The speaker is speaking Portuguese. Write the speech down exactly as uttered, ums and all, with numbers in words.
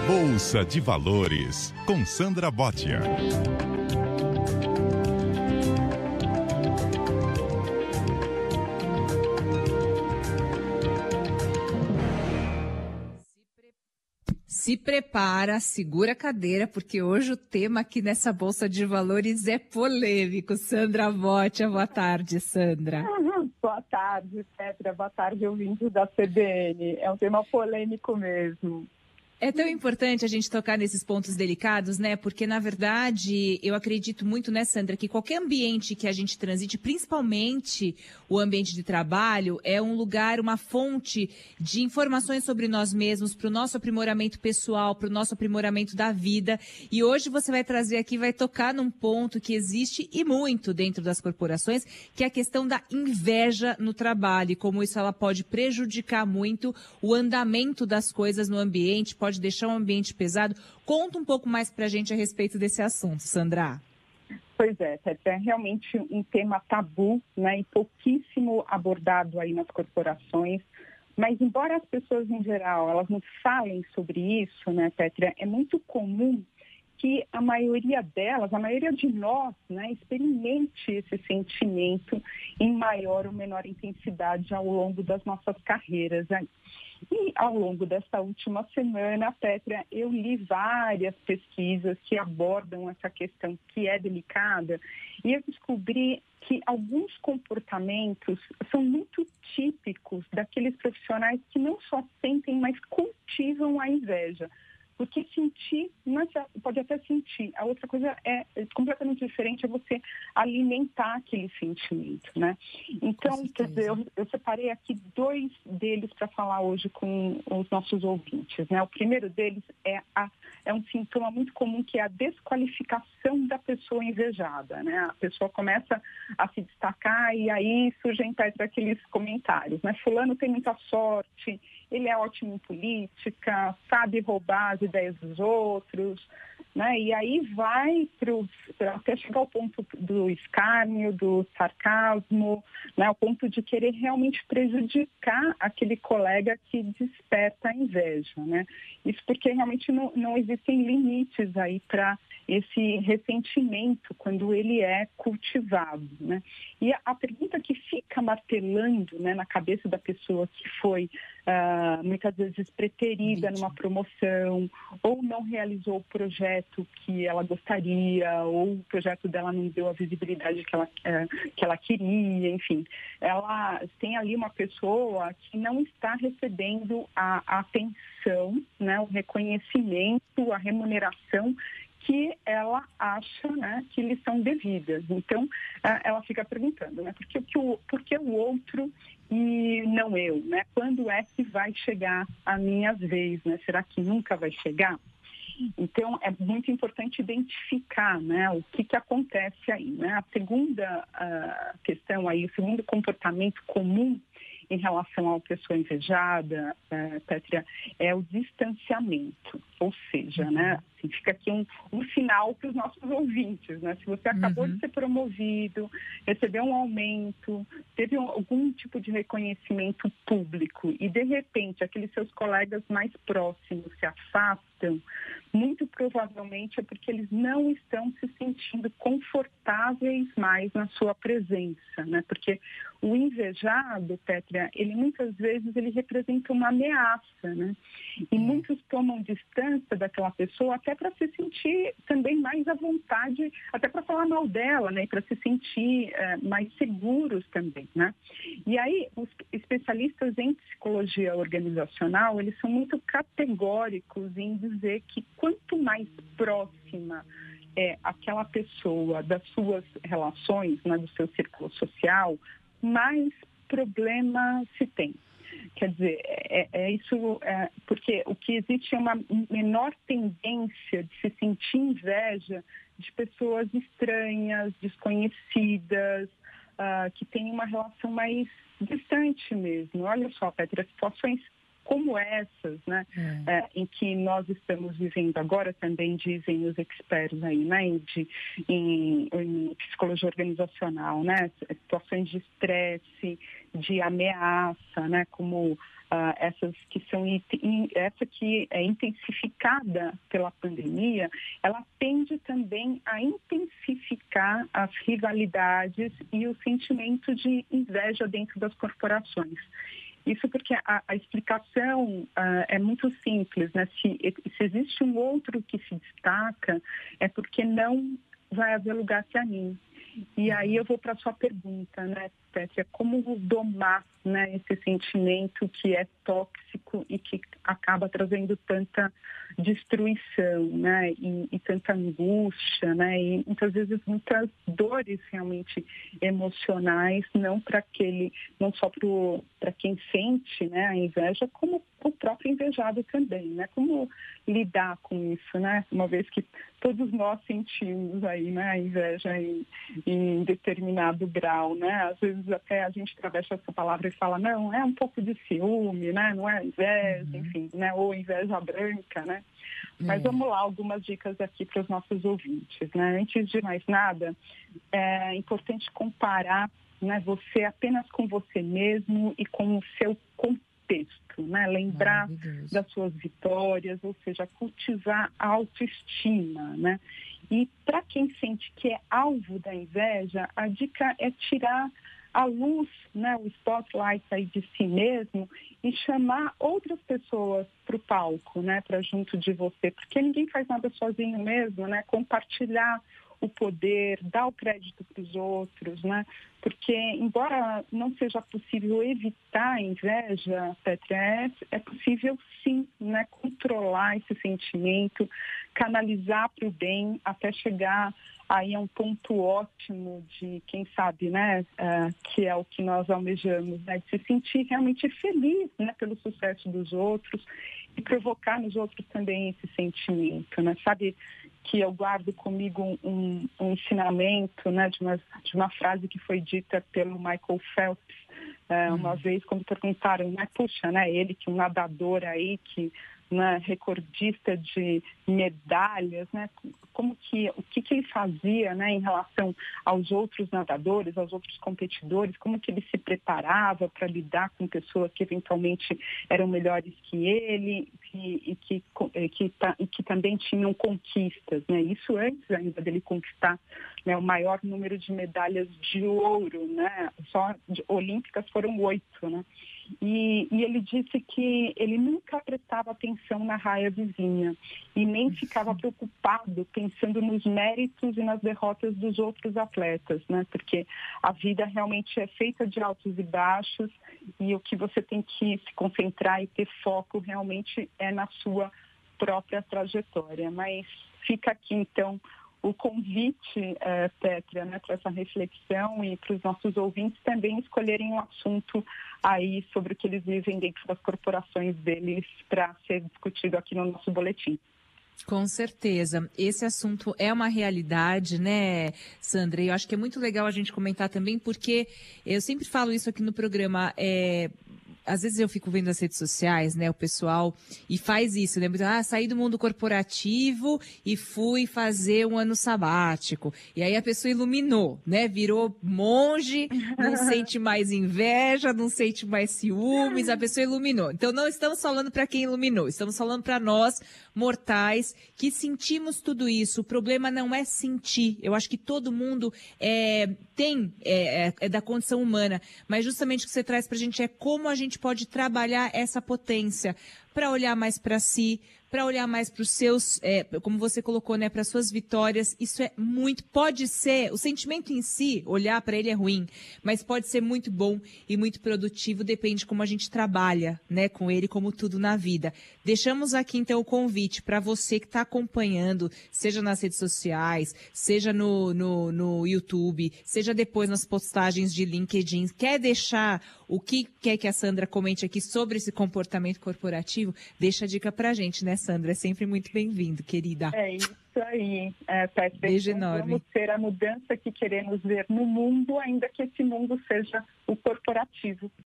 Bolsa de Valores, com Sandra Bottia. Se prepara, segura a cadeira, porque hoje o tema aqui nessa Bolsa de Valores é polêmico. Sandra Bottia, boa tarde, Sandra. Uhum. Boa tarde, Petra. Boa tarde, ouvintes da C B N. É um tema polêmico mesmo. É tão importante a gente tocar nesses pontos delicados, né? Porque, na verdade, eu acredito muito, né, Sandra, que qualquer ambiente que a gente transite, principalmente o ambiente de trabalho, é um lugar, uma fonte de informações sobre nós mesmos, para o nosso aprimoramento pessoal, para o nosso aprimoramento da vida. E hoje você vai trazer aqui, vai tocar num ponto que existe e muito dentro das corporações, que é a questão da inveja no trabalho, e como isso ela pode prejudicar muito o andamento das coisas no ambiente, pode deixar um ambiente pesado. Conta um pouco mais para a gente a respeito desse assunto, Sandra. Pois é, Petra, é realmente um tema tabu, né, e pouquíssimo abordado aí nas corporações. Mas, embora as pessoas, em geral, elas não falem sobre isso, né, Petra, é muito comum que a maioria delas, a maioria de nós, né, experimente esse sentimento em maior ou menor intensidade ao longo das nossas carreiras. Né? E ao longo desta última semana, Petra, eu li várias pesquisas que abordam essa questão que é delicada e eu descobri que alguns comportamentos são muito típicos daqueles profissionais que não só sentem, mas cultivam a inveja. Porque sentir, mas pode até sentir. A outra coisa é, é completamente diferente, é você alimentar aquele sentimento, né? Então, quer dizer, eu, eu separei aqui dois deles para falar hoje com os nossos ouvintes, né? O primeiro deles é, a, é um sintoma muito comum, que é a desqualificação da pessoa invejada, né? A pessoa começa a se destacar e aí surgem perto aqueles comentários, né? Fulano tem muita sorte, ele é ótimo em política, sabe roubar as ideias dos outros, né? E aí vai pro, até chegar ao ponto do escárnio, do sarcasmo, né? Ao ponto de querer realmente prejudicar aquele colega que desperta a inveja, né? Isso porque realmente não, não existem limites aí para esse ressentimento quando ele é cultivado, né? E a, a pergunta que fica martelando, né, na cabeça da pessoa que foi uh, muitas vezes preterida numa promoção ou não realizou o projeto que ela gostaria, ou o projeto dela não deu a visibilidade que ela, uh, que ela queria, enfim. Ela tem ali uma pessoa que não está recebendo a, a atenção, né, o reconhecimento, a remuneração que ela acha, né, que lhes são devidas. Então, ela fica perguntando, né, por que, o, por que o outro e não eu? Né? Quando é que vai chegar a minha vez? Né? Será que nunca vai chegar? Então, é muito importante identificar, né, o que, que acontece aí. Né? A segunda uh, questão aí, o segundo comportamento comum em relação à pessoa invejada, uh, Pétria, é o distanciamento. Ou seja, né, assim, fica aqui um, um sinal para os nossos ouvintes. Né? Se você acabou uhum. de ser promovido, recebeu um aumento, teve um, algum tipo de reconhecimento público e, de repente, aqueles seus colegas mais próximos se afastam, muito provavelmente é porque eles não estão se sentindo confortáveis mais na sua presença, né? Porque o invejado, Pétria, ele muitas vezes ele representa uma ameaça, né? E muitos tomam distância daquela pessoa até para se sentir também mais à vontade, até para falar mal dela, né? E para se sentir é, mais seguros também, né? E aí, os especialistas em psicologia organizacional, eles são muito categóricos em dizer que quanto mais próxima é aquela pessoa das suas relações, né, do seu círculo social, mais problema se tem. Quer dizer, é, é isso, é, porque o que existe é uma menor tendência de se sentir inveja de pessoas estranhas, desconhecidas, uh, que têm uma relação mais distante mesmo. Olha só, Pétria, situações como essas, né, é. É, em que nós estamos vivendo agora, também dizem os experts aí, né, de, em, em psicologia organizacional, né, situações de estresse, de ameaça, né, como uh, essas que são in, essa que é intensificada pela pandemia, ela tende também a intensificar as rivalidades e o sentimento de inveja dentro das corporações. Isso porque a, a explicação uh, é muito simples, né? Se, se existe um outro que se destaca, é porque não vai haver lugar para mim. E aí eu vou para a sua pergunta, né, Pétria? Como domar, né, esse sentimento que é tóxico e que acaba trazendo tanta destruição, né, e, e tanta angústia, né, e muitas vezes muitas dores realmente emocionais, não para aquele, não só para quem sente, né, a inveja, como o próprio invejado também, né? Como lidar com isso, né? Uma vez que todos nós sentimos aí, né, a inveja em, em determinado grau, né? Às vezes até a gente atravessa essa palavra e fala, não, é um pouco de ciúme, né? Não é inveja, uhum. enfim, né? Ou inveja branca, né? Mas é. vamos lá, algumas dicas aqui para os nossos ouvintes, né? Antes de mais nada, é importante comparar, né, você apenas com você mesmo e com o seu contexto, né? Lembrar das suas vitórias, ou seja, cultivar a autoestima, né? E para quem sente que é alvo da inveja, a dica é tirar a luz, né, o spotlight aí de si mesmo e chamar outras pessoas para o palco, né, para junto de você, porque ninguém faz nada sozinho mesmo, né? Compartilhar o poder, dar o crédito para os outros, né? Porque, embora não seja possível evitar a inveja, Pétria, é, é possível sim, né, controlar esse sentimento, canalizar para o bem até chegar aí a um ponto ótimo de, quem sabe, né, uh, que é o que nós almejamos, né, de se sentir realmente feliz, né, pelo sucesso dos outros e provocar nos outros também esse sentimento, né? Sabe que eu guardo comigo um, um ensinamento, né, de uma, de uma frase que foi dita pelo Michael Phelps, uh, uma hum. vez quando perguntaram, né, puxa, né, ele que é um nadador aí que, né, recordista de medalhas, né, como que, o que, que ele fazia, né, em relação aos outros nadadores, aos outros competidores, como que ele se preparava para lidar com pessoas que eventualmente eram melhores que ele e, e, que, e, que, e que também tinham conquistas, né, isso antes ainda dele conquistar, né, o maior número de medalhas de ouro, né, só de, olímpicas foram oito, né. E, e ele disse que ele nunca prestava atenção na raia vizinha e nem ficava preocupado pensando nos méritos e nas derrotas dos outros atletas, né? Porque a vida realmente é feita de altos e baixos e o que você tem que se concentrar e ter foco realmente é na sua própria trajetória. Mas fica aqui, então, o convite, é, Pétria, né, para essa reflexão e para os nossos ouvintes também escolherem um assunto aí sobre o que eles vivem dentro das corporações deles para ser discutido aqui no nosso boletim. Com certeza. Esse assunto é uma realidade, né, Sandra? E eu acho que é muito legal a gente comentar também, porque eu sempre falo isso aqui no programa, é... Às vezes eu fico vendo as redes sociais, né, o pessoal, e faz isso, né? Ah, saí do mundo corporativo e fui fazer um ano sabático. E aí a pessoa iluminou, né? Virou monge, não sente mais inveja, não sente mais ciúmes, a pessoa iluminou. Então não estamos falando para quem iluminou, estamos falando para nós, mortais, que sentimos tudo isso. O problema não é sentir. Eu acho que todo mundo é, tem, é, é da condição humana, mas justamente o que você traz para a gente é como a gente pode trabalhar essa potência para olhar mais para si, para olhar mais para os seus, é, como você colocou, né, para as suas vitórias. Isso é muito, pode ser, o sentimento em si, olhar para ele é ruim, mas pode ser muito bom e muito produtivo, depende de como a gente trabalha, né, com ele, como tudo na vida. Deixamos aqui, então, o convite para você que está acompanhando, seja nas redes sociais, seja no, no, no YouTube, seja depois nas postagens de LinkedIn, quer deixar o que quer que a Sandra comente aqui sobre esse comportamento corporativo, deixa a dica para a gente, né, Sandra? É sempre muito bem-vindo, querida. É isso aí, é, Pétria. Beijo então, enorme. Vamos ser a mudança que queremos ver no mundo, ainda que esse mundo seja o corporativo.